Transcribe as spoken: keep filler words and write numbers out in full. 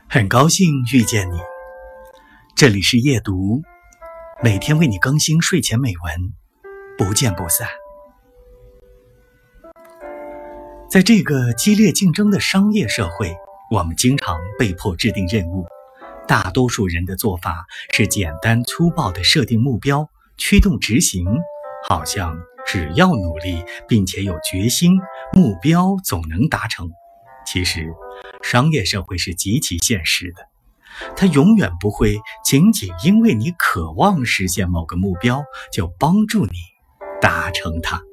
很高兴遇见你，这里是夜读，每天为你更新睡前美文，不见不散。在这个激烈竞争的商业社会，我们经常被迫制定任务，大多数人的做法是简单粗暴地设定目标，驱动执行，好像只要努力并且有决心，目标总能达成。其实商业社会是极其现实的，它永远不会仅仅因为你渴望实现某个目标就帮助你达成它。